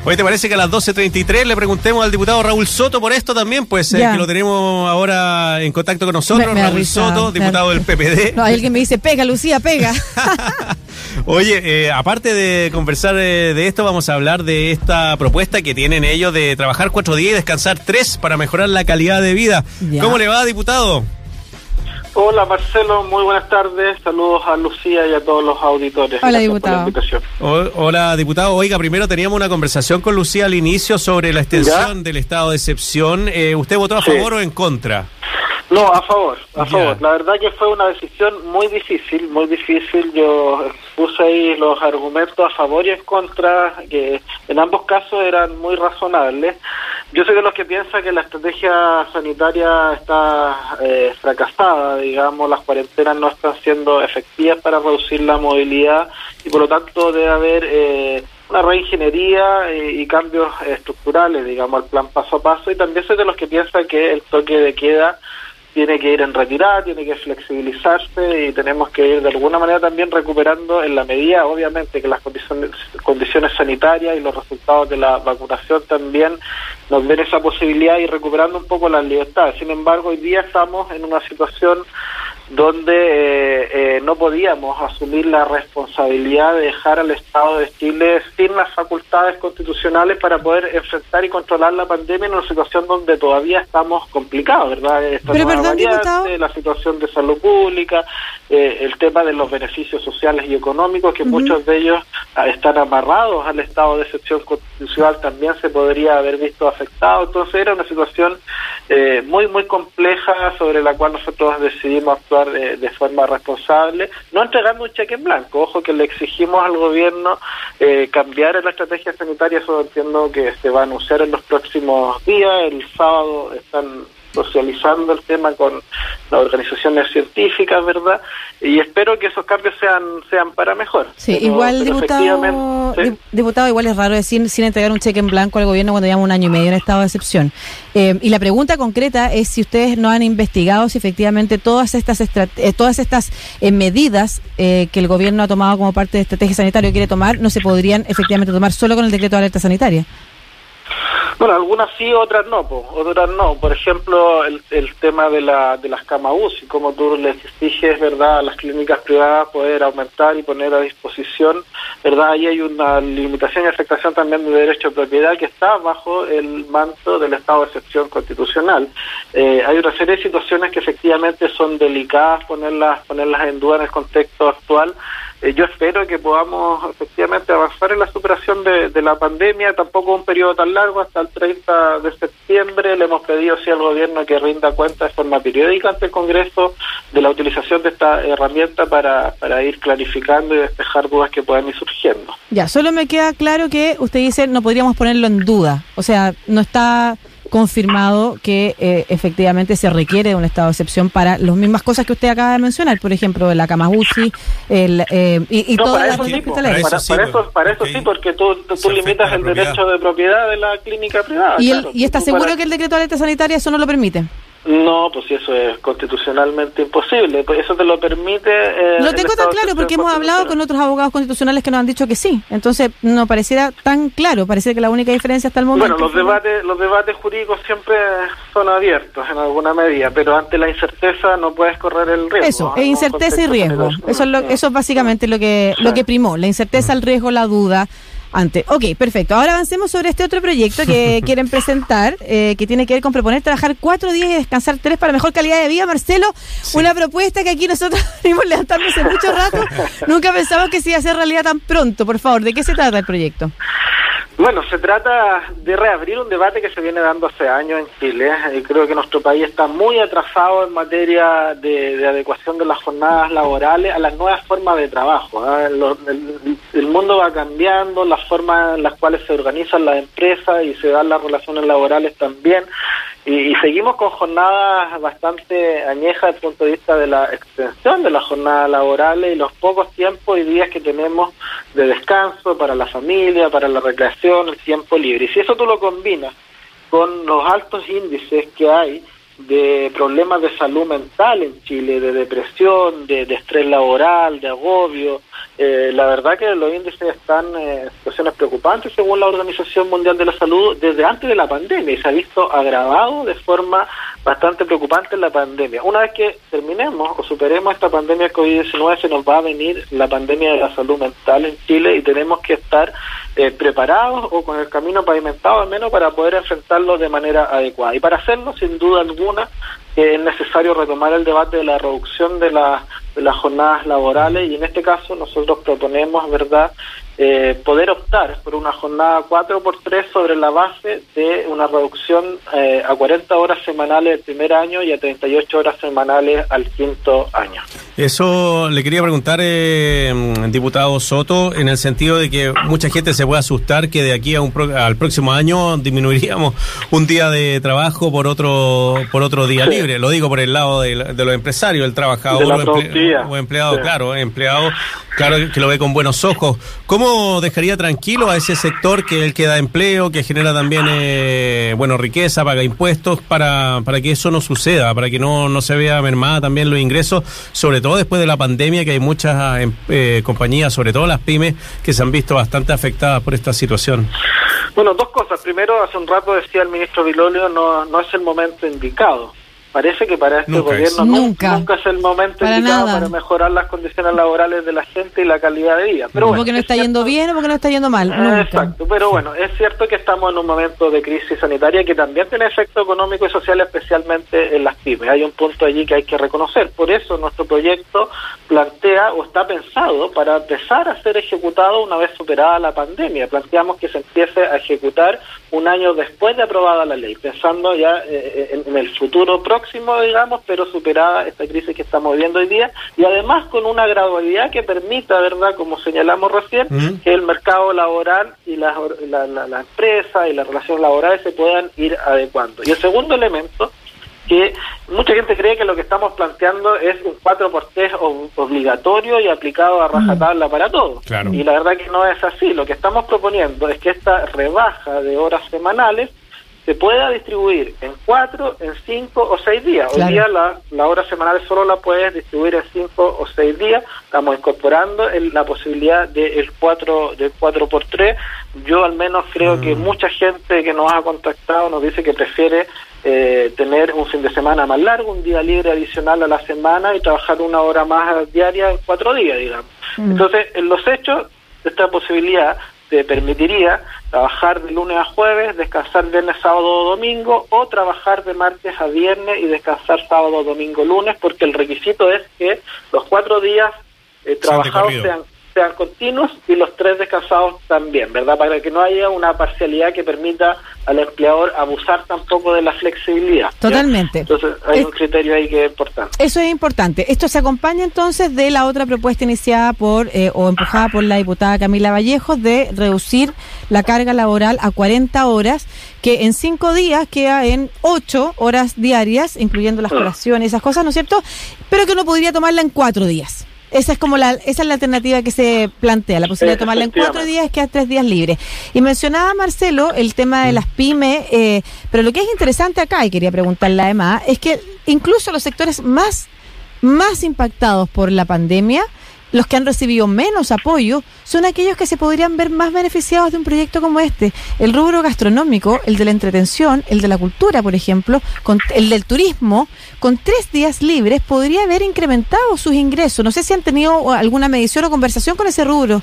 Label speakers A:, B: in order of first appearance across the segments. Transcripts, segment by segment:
A: Oye, ¿te parece que a las 12:33 le preguntemos al diputado Raúl Soto por esto también? Pues que lo tenemos ahora en contacto con nosotros. Raúl Soto, diputado del PPD.
B: No, hay alguien me dice, pega, Lucía, pega.
A: Oye, aparte de conversar de esto, vamos a hablar de esta propuesta que tienen ellos de trabajar 4 días y descansar 3 para mejorar la calidad de vida. Ya. ¿Cómo le va, diputado?
C: Hola, Marcelo, muy buenas tardes. Saludos a Lucía y a todos los auditores.
B: Hola, diputado.
A: Hola, diputado. Oiga, primero teníamos una conversación con Lucía al inicio sobre la extensión del estado de excepción. ¿Usted votó a favor o en contra?
C: No, a favor. La verdad que fue una decisión muy difícil. Yo puse ahí los argumentos a favor y en contra, que en ambos casos eran muy razonables. Yo soy de los que piensa que la estrategia sanitaria está fracasada, digamos, las cuarentenas no están siendo efectivas para reducir la movilidad y por lo tanto debe haber una reingeniería y cambios estructurales, digamos, al plan paso a paso, y también soy de los que piensa que el toque de queda tiene que ir en retirada, tiene que flexibilizarse y tenemos que ir de alguna manera también recuperando en la medida, obviamente, que las condiciones sanitarias y los resultados de la vacunación también nos den esa posibilidad y recuperando un poco las libertades. Sin embargo, hoy día estamos en una situación donde no podíamos asumir la responsabilidad de dejar al Estado de Chile sin las facultades constitucionales para poder enfrentar y controlar la pandemia en una situación donde todavía estamos complicados, ¿verdad? La situación de salud pública, el tema de los beneficios sociales y económicos, que muchos de ellos están amarrados al estado de excepción constitucional, también se podría haber visto afectado. Entonces era una situación muy, muy compleja sobre la cual nosotros decidimos actuar de forma responsable, no entregando un cheque en blanco. Ojo que le exigimos al gobierno cambiar la estrategia sanitaria, eso entiendo que se va a anunciar en los próximos días. El sábado están socializando el tema con las organizaciones científicas, ¿verdad? Y espero que esos cambios sean para mejor.
B: Sí, igual, diputado, igual es raro decir sin entregar un cheque en blanco al gobierno cuando llevamos 1 año y medio en estado de excepción. Y la pregunta concreta es si ustedes no han investigado si efectivamente todas estas medidas que el gobierno ha tomado como parte de estrategia sanitaria o quiere tomar, no se podrían efectivamente tomar solo con el decreto de alerta sanitaria.
C: Bueno, algunas sí, otras no, otras no. Por ejemplo, el tema de las camas UCI, como tú les exiges, ¿verdad?, a las clínicas privadas poder aumentar y poner a disposición, ¿verdad? Ahí hay una limitación y afectación también de derecho de propiedad que está bajo el manto del estado de excepción constitucional. Hay una serie de situaciones que efectivamente son delicadas ponerlas en duda en el contexto actual. Yo espero que podamos efectivamente avanzar en la superación de la pandemia, tampoco un periodo tan largo, hasta el 30 de septiembre. Le hemos pedido sí al gobierno que rinda cuenta de forma periódica ante el Congreso de la utilización de esta herramienta para ir clarificando y despejar dudas que puedan ir surgiendo.
B: Ya, solo me queda claro que usted dice no podríamos ponerlo en duda, o sea, no está confirmado que efectivamente se requiere de un estado de excepción para las mismas cosas que usted acaba de mencionar, por ejemplo, la cama UCI y todas las cosas que usted lee.
C: Para eso sí, porque tú limitas el derecho de propiedad de la clínica privada.
B: ¿Y está seguro que el decreto de alerta sanitaria eso no lo permite?
C: No, pues eso es constitucionalmente imposible. Pues eso te lo permite.
B: Lo tengo tan claro porque hemos hablado con otros abogados constitucionales que nos han dicho que sí. Entonces no pareciera tan claro. Pareciera que la única diferencia hasta el momento.
C: Bueno, los debates jurídicos siempre son abiertos en alguna medida, pero ante la incerteza no puedes correr el riesgo.
B: Eso, es incerteza y riesgo. Eso es básicamente lo que primó. La incerteza, el riesgo, la duda. Ok, perfecto. Ahora avancemos sobre este otro proyecto que quieren presentar, que tiene que ver con proponer trabajar 4 días y descansar 3 para mejor calidad de vida. Marcelo, sí. Una propuesta que aquí nosotros venimos levantando hace mucho rato. Nunca pensamos que se iba a hacer realidad tan pronto. Por favor, ¿de qué se trata el proyecto?
C: Bueno, se trata de reabrir un debate que se viene dando hace años en Chile. Creo que nuestro país está muy atrasado en materia de adecuación de las jornadas laborales a las nuevas formas de trabajo. El mundo va cambiando, las formas en las cuales se organizan las empresas y se dan las relaciones laborales también. Y seguimos con jornadas bastante añejas desde el punto de vista de la extensión de las jornadas laborales y los pocos tiempos y días que tenemos de descanso para la familia, para la recreación, el tiempo libre. Y si eso tú lo combinas con los altos índices que hay de problemas de salud mental en Chile, de depresión, de estrés laboral, de agobio, la verdad que los índices están en situaciones preocupantes según la Organización Mundial de la Salud desde antes de la pandemia y se ha visto agravado de forma bastante preocupante en la pandemia. Una vez que terminemos o superemos esta pandemia COVID-19 se nos va a venir la pandemia de la salud mental en Chile y tenemos que estar preparados o con el camino pavimentado al menos para poder enfrentarlo de manera adecuada. Y para hacerlo, sin duda alguna, es necesario retomar el debate de la reducción de las jornadas laborales y en este caso nosotros proponemos, ¿verdad?, poder optar por una jornada 4x3 sobre la base de una reducción a 40 horas semanales el primer año y a 38 horas semanales al quinto año.
A: Eso le quería preguntar, diputado Soto, en el sentido de que mucha gente se puede asustar que de aquí al próximo año disminuiríamos un día de trabajo por otro día libre. Lo digo por el lado de los empresarios, el trabajador o empleado, empleado, claro que lo ve con buenos ojos. ¿Cómo dejaría tranquilo a ese sector que es el que da empleo, que genera también riqueza, paga impuestos, para que eso no suceda, para que no se vea mermada también los ingresos, sobre todo después de la pandemia, que hay muchas compañías, sobre todo las pymes, que se han visto bastante afectadas por esta situación?
C: Bueno, dos cosas. Primero, hace un rato decía el ministro Vilolio, no es el momento indicado. Parece que para este gobierno nunca es el momento indicado para mejorar las condiciones laborales de la gente y la calidad de vida. Pero
B: porque no está yendo bien o porque no está yendo mal. Nunca.
C: Exacto, pero bueno, es cierto que estamos en un momento de crisis sanitaria que también tiene efecto económico y social, especialmente en las pymes. Hay un punto allí que hay que reconocer. Por eso nuestro proyecto plantea o está pensado para empezar a ser ejecutado una vez superada la pandemia. Planteamos que se empiece a ejecutar un año después de aprobada la ley, pensando ya en el futuro próximo, digamos, pero superada esta crisis que estamos viviendo hoy día, y además con una gradualidad que permita, ¿verdad?, como señalamos recién, que el mercado laboral y la empresa y las relaciones laborales se puedan ir adecuando. Y el segundo elemento, que mucha gente cree que lo que estamos planteando es un 4x3 obligatorio y aplicado a rajatabla para todos. Claro. Y la verdad que no es así. Lo que estamos proponiendo es que esta rebaja de horas semanales se pueda distribuir en 4, en 5 o 6 días. Claro. Hoy día la hora semanal solo la puedes distribuir en 5 o 6 días. Estamos incorporando la posibilidad del 4x3. Yo al menos creo que mucha gente que nos ha contactado nos dice que prefiere tener un fin de semana más largo, un día libre adicional a la semana y trabajar una hora más diaria en 4 días, digamos. Entonces, en los hechos, esta posibilidad te permitiría trabajar de lunes a jueves, descansar viernes, sábado o domingo, o trabajar de martes a viernes y descansar sábado, domingo, lunes, porque el requisito es que los 4 días trabajados sean continuos y los 3 descansados también, ¿verdad? Para que no haya una parcialidad que permita al empleador abusar tampoco de la flexibilidad.
B: Totalmente.
C: ¿Ya? Entonces hay un criterio ahí que es importante.
B: Eso es importante. Esto se acompaña entonces de la otra propuesta iniciada o empujada por la diputada Camila Vallejos de reducir la carga laboral a 40 horas, que en 5 días queda en 8 horas diarias, incluyendo las colaciones y esas cosas, ¿no es cierto? Pero que uno podría tomarla en 4 días. Esa es la alternativa que se plantea, la posibilidad de tomarla en 4 días, es quedar 3 días libres. Y mencionaba Marcelo el tema de las pymes, pero lo que es interesante acá, y quería preguntarle además, es que incluso los sectores más impactados por la pandemia, los que han recibido menos apoyo, son aquellos que se podrían ver más beneficiados de un proyecto como este. El rubro gastronómico, el de la entretención, el de la cultura, por ejemplo, el del turismo, con 3 días libres podría haber incrementado sus ingresos. No sé si han tenido alguna medición o conversación con ese rubro.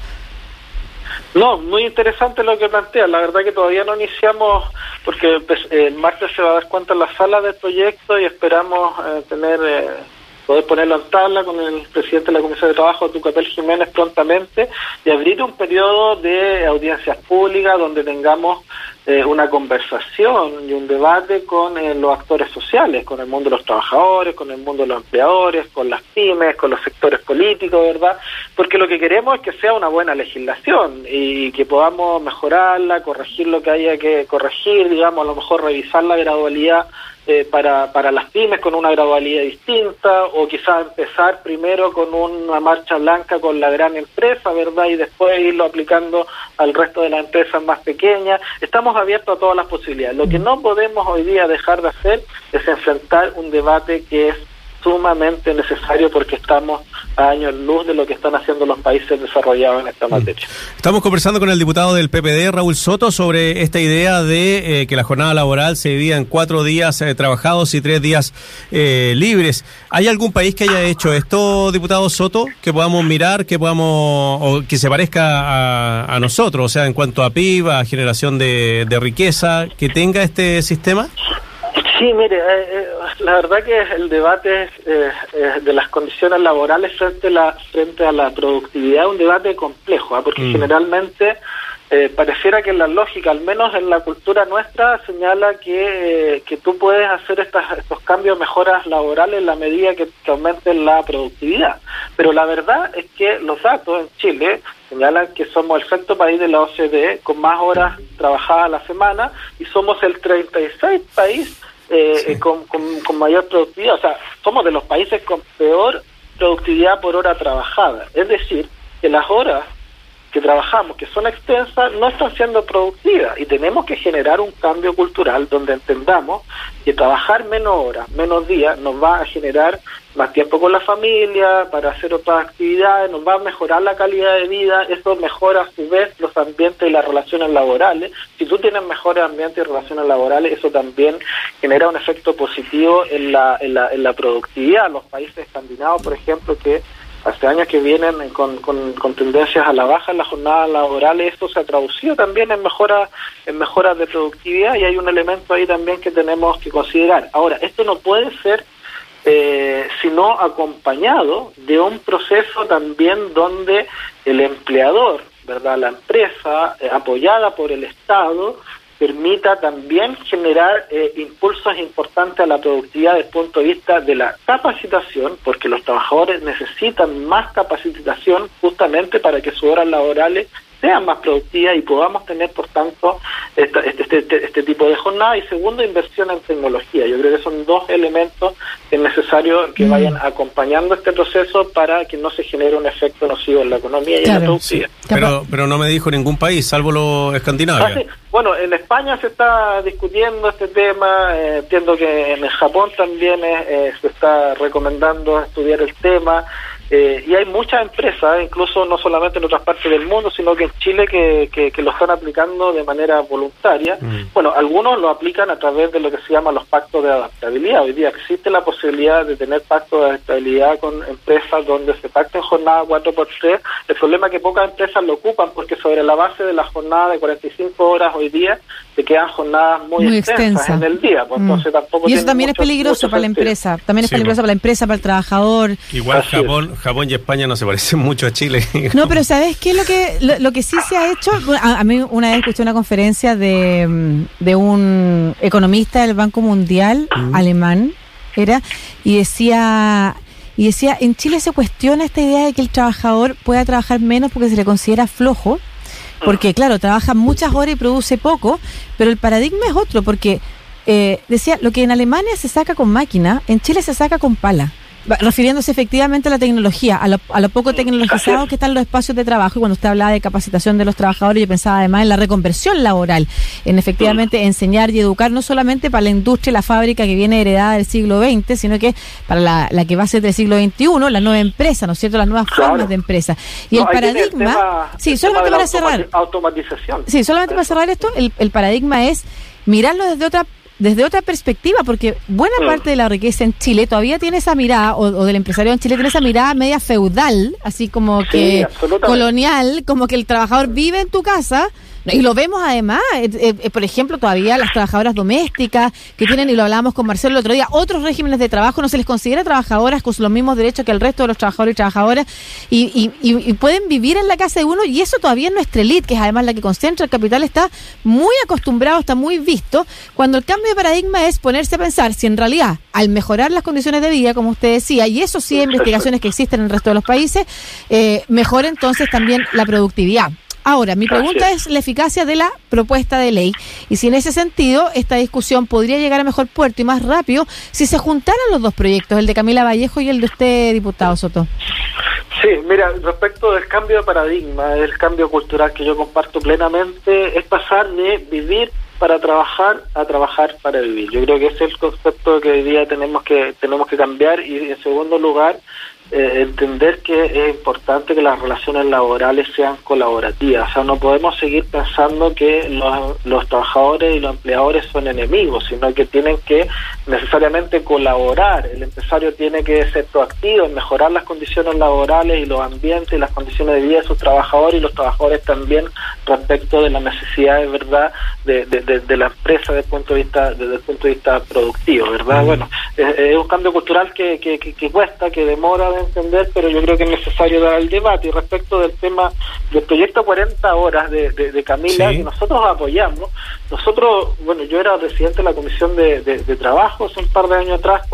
C: No, muy interesante lo que plantea. La verdad que todavía no iniciamos, porque el martes se va a dar cuenta en la sala del proyecto y esperamos poder ponerlo en tabla con el presidente de la Comisión de Trabajo, Tucapel Jiménez, prontamente, y abrir un periodo de audiencias públicas donde tengamos una conversación y un debate con los actores sociales, con el mundo de los trabajadores, con el mundo de los empleadores, con las pymes, con los sectores políticos, ¿verdad? Porque lo que queremos es que sea una buena legislación y que podamos mejorarla, corregir lo que haya que corregir, digamos, a lo mejor revisar la gradualidad para las pymes con una gradualidad distinta, o quizás empezar primero con una marcha blanca con la gran empresa, ¿verdad? Y después irlo aplicando al resto de las empresas más pequeñas. Estamos abiertos a todas las posibilidades. Lo que no podemos hoy día dejar de hacer es enfrentar un debate que es sumamente necesario porque estamos a años luz de lo que están haciendo los países desarrollados en esta materia.
A: Estamos conversando con el diputado del PPD, Raúl Soto, sobre esta idea de que la jornada laboral se divida en 4 días trabajados y 3 días libres. ¿Hay algún país que haya hecho esto, diputado Soto, que podamos mirar, o que se parezca a nosotros, o sea, en cuanto a PIB, a generación de riqueza, que tenga este sistema?
C: Sí, mire, la verdad que el debate de las condiciones laborales frente a la productividad es un debate complejo, porque generalmente pareciera que la lógica, al menos en la cultura nuestra, señala que tú puedes hacer estos cambios, mejoras laborales en la medida que aumenten la productividad. Pero la verdad es que los datos en Chile señalan que somos el sexto país de la OCDE con más horas trabajadas a la semana y somos el 36 país con mayor productividad. O sea, somos de los países con peor productividad por hora trabajada. Es decir, que las horas que trabajamos, que son extensas, no están siendo productivas y tenemos que generar un cambio cultural donde entendamos que trabajar menos horas, menos días, nos va a generar más tiempo con la familia, para hacer otras actividades, nos va a mejorar la calidad de vida, eso mejora a su vez los ambientes y las relaciones laborales. Si tú tienes mejores ambientes y relaciones laborales, eso también genera un efecto positivo en la productividad. Los países escandinavos, por ejemplo, que hace años que vienen con tendencias a la baja en las jornadas laborales, esto se ha traducido también en mejoras de productividad y hay un elemento ahí también que tenemos que considerar. Ahora, esto no puede ser sino acompañado de un proceso también donde el empleador, ¿verdad?, la empresa apoyada por el Estado, permita también generar impulsos importantes a la productividad desde el punto de vista de la capacitación, porque los trabajadores necesitan más capacitación justamente para que sus horas laborales sean más productivas y podamos tener, por tanto, este tipo de jornada. Y segundo, inversión en tecnología. Yo creo que son dos elementos que es necesario que vayan acompañando este proceso para que no se genere un efecto nocivo en la economía y en la productividad.
A: Sí. Pero no me dijo ningún país, salvo los escandinavos.
C: Sí. Bueno, en España se está discutiendo este tema, entiendo que en Japón también se está recomendando estudiar el tema. Y hay muchas empresas, incluso no solamente en otras partes del mundo, sino que en Chile que lo están aplicando de manera voluntaria. Bueno, algunos lo aplican a través de lo que se llama los pactos de adaptabilidad. Hoy día existe la posibilidad de tener pactos de adaptabilidad con empresas donde se pacten jornada 4x3. El problema es que pocas empresas lo ocupan porque sobre la base de la jornada de 45 horas hoy día te quedan jornadas muy extensas en el día. Pues entonces tampoco.
B: Y eso también es peligroso para la empresa. También es peligroso para la empresa, para el trabajador.
A: Igual Japón y España no se parecen mucho a Chile.
B: No, pero ¿sabes qué es lo que sí se ha hecho? A mí una vez escuché una conferencia de un economista del Banco Mundial, alemán, y decía, en Chile se cuestiona esta idea de que el trabajador pueda trabajar menos porque se le considera flojo, porque claro, trabaja muchas horas y produce poco, pero el paradigma es otro, porque decía, lo que en Alemania se saca con máquina, en Chile se saca con pala. Refiriéndose efectivamente a la tecnología, a lo poco tecnologizados que están los espacios de trabajo. Y cuando usted hablaba de capacitación de los trabajadores, yo pensaba además en la reconversión laboral, en efectivamente enseñar y educar no solamente para la industria, la fábrica que viene heredada del siglo XX, sino que para la que va a ser del siglo XXI, la nueva empresa, ¿no es cierto?, las nuevas formas de empresa. Y el paradigma, solamente para cerrar,
C: automatización.
B: Sí, solamente para cerrar esto, el paradigma es mirarlo desde otra perspectiva, porque buena parte de la riqueza en Chile todavía tiene esa mirada, o del empresario en Chile tiene esa mirada media feudal, así como que colonial, como que el trabajador vive en tu casa. Y lo vemos además, por ejemplo, todavía las trabajadoras domésticas que tienen, y lo hablábamos con Marcelo el otro día, otros regímenes de trabajo, no se les considera trabajadoras con los mismos derechos que el resto de los trabajadores y trabajadoras, y pueden vivir en la casa de uno, y eso todavía en nuestra élite, que es además la que concentra el capital, está muy acostumbrado, está muy visto, cuando el cambio de paradigma es ponerse a pensar si en realidad, al mejorar las condiciones de vida, como usted decía, y eso sí hay investigaciones que existen en el resto de los países, mejora entonces también la productividad. Ahora, mi pregunta es la eficacia de la propuesta de ley, y si en ese sentido esta discusión podría llegar a mejor puerto y más rápido si se juntaran los dos proyectos, el de Camila Vallejo y el de usted, diputado Soto.
C: Sí, mira, respecto del cambio de paradigma, el cambio cultural que yo comparto plenamente, es pasar de vivir para trabajar a trabajar para vivir. Yo creo que ese es el concepto que hoy día tenemos que cambiar, y en segundo lugar, entender que es importante que las relaciones laborales sean colaborativas. O sea, no podemos seguir pensando que los trabajadores y los empleadores son enemigos, sino que tienen que necesariamente colaborar. El empresario tiene que ser proactivo en mejorar las condiciones laborales y los ambientes y las condiciones de vida de sus trabajadores, y los trabajadores también respecto de las necesidades, ¿verdad?, de la empresa desde el punto de vista productivo, ¿verdad? Bueno, es un cambio cultural que cuesta, que demora de entender, pero yo creo que es necesario dar el debate. Y respecto del tema del proyecto 40 horas de Camila, que nosotros apoyamos, yo era presidente de la Comisión de Trabajo hace un par de años atrás,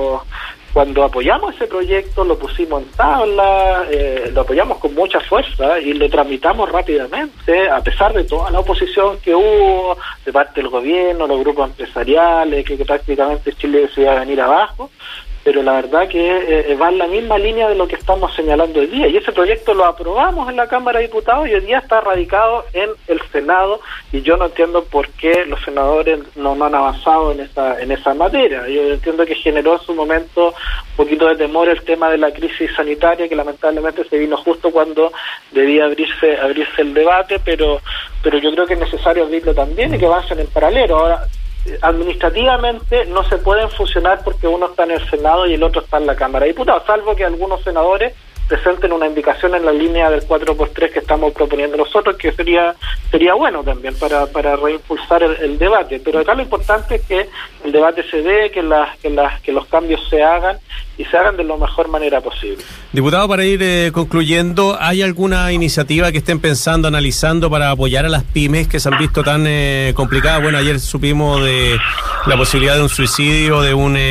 C: cuando apoyamos ese proyecto, lo pusimos en tabla, lo apoyamos con mucha fuerza y lo tramitamos rápidamente, a pesar de toda la oposición que hubo de parte del gobierno, los grupos empresariales, que prácticamente Chile se iba a venir abajo. Pero la verdad que va en la misma línea de lo que estamos señalando hoy día, y ese proyecto lo aprobamos en la Cámara de Diputados y hoy día está radicado en el Senado, y yo no entiendo por qué los senadores no han avanzado en esa materia. Yo entiendo que generó en su momento un poquito de temor el tema de la crisis sanitaria, que lamentablemente se vino justo cuando debía abrirse el debate, pero yo creo que es necesario abrirlo también y que avancen en paralelo. Ahora, administrativamente no se pueden fusionar porque uno está en el Senado y el otro está en la Cámara de Diputados, salvo que algunos senadores presenten una indicación en la línea del 4x3 que estamos proponiendo nosotros, que sería bueno también para reimpulsar el debate. Pero acá lo importante es que el debate se dé, que los cambios se hagan y se hagan de la mejor manera posible.
A: Diputado, para ir concluyendo, ¿hay alguna iniciativa que estén pensando, analizando para apoyar a las pymes que se han visto tan complicadas? Bueno, ayer supimos de la posibilidad de un suicidio de un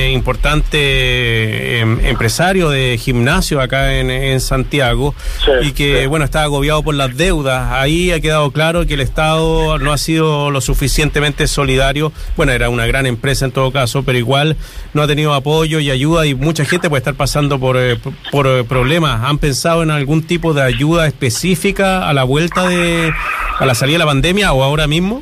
A: importante empresario de gimnasio acá en Santiago, y que bueno, está agobiado por las deudas. Ahí ha quedado claro que el Estado no ha sido lo suficientemente solidario. Bueno, era una gran empresa en todo caso, pero igual no ha tenido apoyo y ayuda, y mucha gente puede estar pasando por problemas. ¿Han pensado en algún tipo de ayuda específica a la vuelta a la salida de la pandemia o ahora mismo?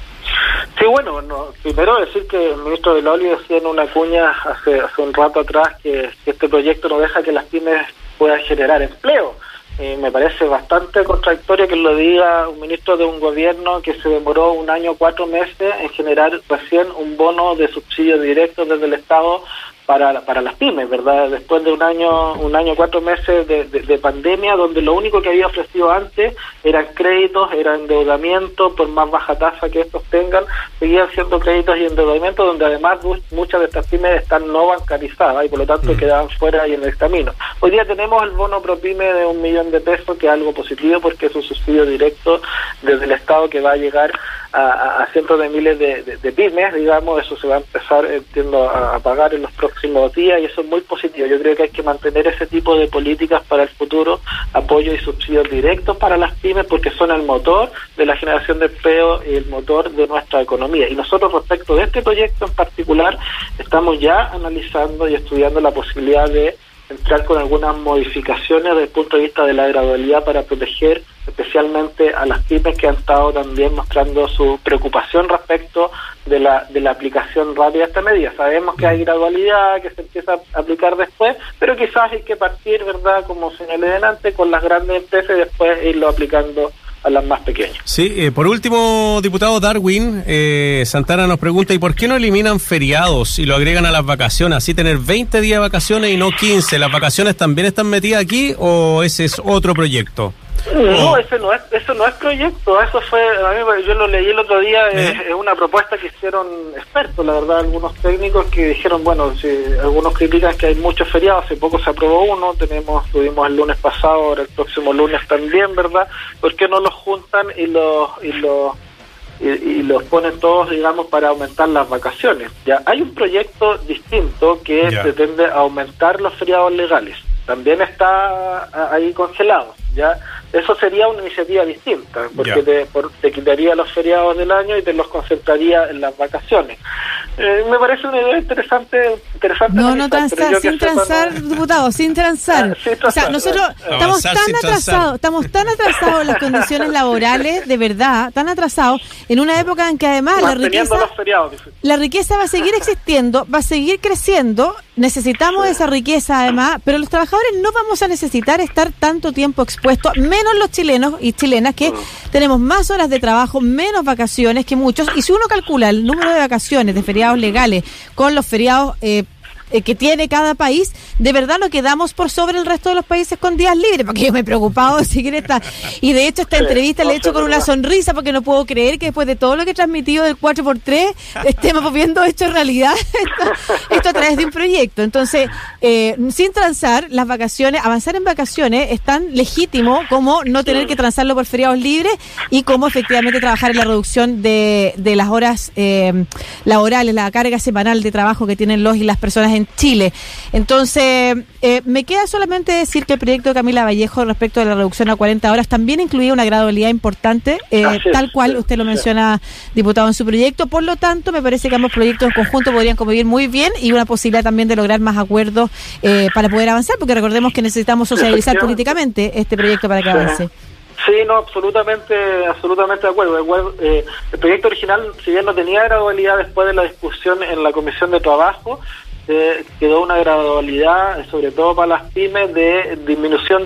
C: Sí, bueno, primero decir que el ministro de Loli decía en una cuña hace un rato atrás que este proyecto no deja que las pymes puedan generar empleo. Me parece bastante contradictorio que lo diga un ministro de un gobierno que se demoró 1 año 4 meses en generar recién un bono de subsidio directo desde el Estado para las pymes, ¿verdad? Después de 1 año 4 meses de pandemia, donde lo único que había ofrecido antes eran créditos, era endeudamiento, por más baja tasa que estos tengan, seguían siendo créditos y endeudamiento, donde además muchas de estas pymes están no bancarizadas y por lo tanto quedaban fuera y en el camino. Hoy día tenemos el bono ProPyme de 1 millón de pesos, que es algo positivo porque es un subsidio directo desde el Estado que va a llegar a cientos de miles de pymes, digamos. Eso se va a empezar, entiendo, a pagar en los próximos días, y eso es muy positivo. Yo creo que hay que mantener ese tipo de políticas para el futuro, apoyo y subsidios directos para las pymes, porque son el motor de la generación de empleo y el motor de nuestra economía. Y nosotros, respecto de este proyecto en particular, estamos ya analizando y estudiando la posibilidad de entrar con algunas modificaciones desde el punto de vista de la gradualidad para proteger especialmente a las pymes que han estado también mostrando su preocupación respecto de la aplicación rápida de esta medida. Sabemos que hay gradualidad, que se empieza a aplicar después, pero quizás hay que partir, ¿verdad?, como señalé delante, con las grandes empresas y después irlo aplicando a las más pequeñas.
A: Sí, por último, diputado Darwin, Santana nos pregunta, ¿y por qué no eliminan feriados y lo agregan a las vacaciones? Así tener 20 días de vacaciones y no 15. ¿Las vacaciones también están metidas aquí o ese es otro proyecto?
C: No, eso no es proyecto, eso fue, yo lo leí el otro día, es una propuesta que hicieron expertos, la verdad, algunos técnicos que dijeron, bueno, si algunos critican que hay muchos feriados, hace poco se aprobó uno, tuvimos el lunes pasado, ahora el próximo lunes también, ¿verdad? ¿Por qué no los juntan y los ponen todos, digamos, para aumentar las vacaciones? Ya hay un proyecto distinto que pretende aumentar los feriados legales, también está ahí congelado, ya. Eso sería una iniciativa distinta, porque te quitaría los feriados del año y te los concentraría en las vacaciones. Me parece una idea interesante.
B: No transar, sin transar, diputado, sin transar. O sea, nosotros estamos tan atrasados en las condiciones laborales, de verdad, tan atrasados, en una época en que además la riqueza va a seguir existiendo, va a seguir creciendo, necesitamos esa riqueza además, pero los trabajadores no vamos a necesitar estar tanto tiempo expuestos, menos los chilenos y chilenas que tenemos más horas de trabajo, menos vacaciones que muchos, y si uno calcula el número de vacaciones, de feriados legales, con los feriados que tiene cada país, de verdad nos quedamos por sobre el resto de los países con días libres, porque yo me he preocupado de seguir y de hecho esta entrevista la he hecho con una sonrisa, porque no puedo creer que después de todo lo que he transmitido del 4x3 estemos viendo hecho realidad esto a través de un proyecto. Entonces, sin transar las vacaciones, avanzar en vacaciones es tan legítimo como no tener que transarlo por feriados libres y como efectivamente trabajar en la reducción de las horas laborales, la carga semanal de trabajo que tienen los y las personas en Chile. Entonces, me queda solamente decir que el proyecto de Camila Vallejo respecto de la reducción a 40 horas también incluía una gradualidad importante, tal cual usted lo menciona, diputado, en su proyecto. Por lo tanto, me parece que ambos proyectos en conjunto podrían convivir muy bien y una posibilidad también de lograr más acuerdos para poder avanzar, porque recordemos que necesitamos socializar políticamente este proyecto para que avance.
C: Sí, no, absolutamente de acuerdo. El proyecto original, si bien no tenía gradualidad, después de la discusión en la Comisión de Trabajo, quedó una gradualidad, sobre todo para las pymes, de disminución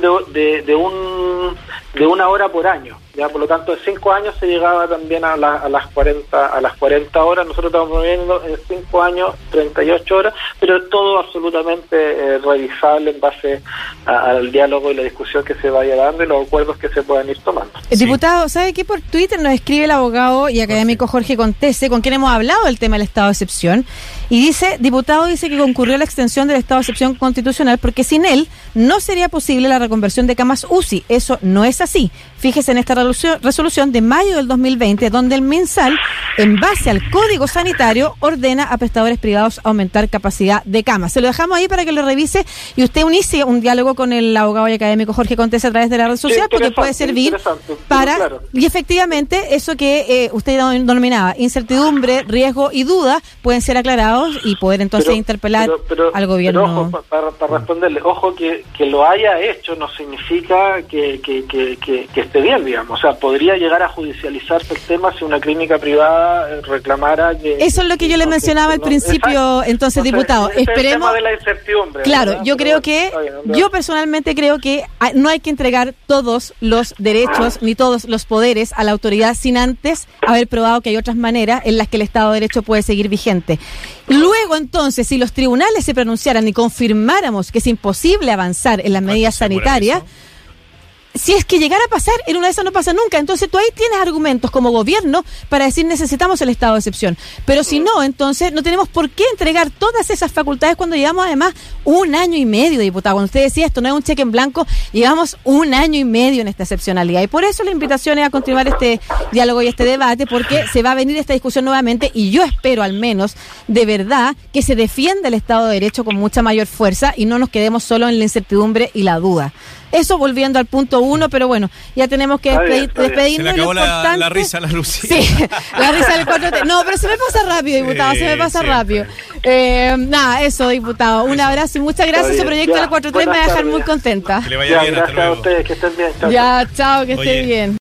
C: de una hora por año. Ya, por lo tanto, en 5 años se llegaba también a las 40 horas. Nosotros estamos moviendo en 5 años 38 horas, pero todo absolutamente revisable en base al diálogo y la discusión que se vaya dando y los acuerdos que se puedan ir tomando.
B: Diputado, ¿sabe qué? Por Twitter nos escribe el abogado y académico Jorge Contese, con quien hemos hablado del tema del estado de excepción, y diputado dice que concurrió a la extensión del estado de excepción constitucional porque sin él no sería posible la reconversión de camas UCI. Eso no es así. Fíjese en esta resolución de mayo del 2020, donde el MinSal, en base al Código Sanitario, ordena a prestadores privados aumentar capacidad de camas. Se lo dejamos ahí para que lo revise y usted inicie un diálogo con el abogado y académico Jorge Contese a través de la red social, porque puede servir para... Claro. Y efectivamente, eso que usted denominaba, incertidumbre, riesgo y duda, pueden ser aclarados y poder entonces interpelar al gobierno.
C: Pero ojo, para responderle, ojo que lo haya hecho no significa que esté bien, digamos. O sea, podría llegar a judicializarse el tema si una clínica privada reclamara que...
B: Eso es lo que yo le mencionaba al principio, entonces, diputado. Esperemos...
C: El tema de la incertidumbre.
B: Claro, ¿verdad? Yo personalmente creo que no hay que entregar todos los derechos ni todos los poderes a la autoridad sin antes haber probado que hay otras maneras en las que el Estado de Derecho puede seguir vigente. Luego, entonces, si los tribunales se pronunciaran y confirmáramos que es imposible avanzar en las medidas sanitarias, si es que llegara a pasar, en una de esas no pasa nunca. Entonces tú ahí tienes argumentos como gobierno para decir necesitamos el estado de excepción. Pero si no, entonces no tenemos por qué entregar todas esas facultades cuando llevamos además 1 año y medio, diputado. Cuando usted decía esto no es un cheque en blanco, llevamos 1 año y medio en esta excepcionalidad. Y por eso la invitación es a continuar este diálogo y este debate, porque se va a venir esta discusión nuevamente y yo espero al menos, de verdad, que se defienda el Estado de Derecho con mucha mayor fuerza y no nos quedemos solo en la incertidumbre y la duda. Eso volviendo al punto 1, pero bueno, ya tenemos que despedirnos.
A: Se le acabó la risa a la Lucía.
B: Sí, la risa del 4T. No, pero se me pasa rápido, diputado, se me pasa rápido. Nada, eso, diputado. Un abrazo y muchas gracias. Su proyecto de la 4T me va a dejar muy contenta.
A: Que le vaya bien, hasta luego.
C: Gracias a ustedes, que estén bien.
B: Chao. Chao, que esté bien.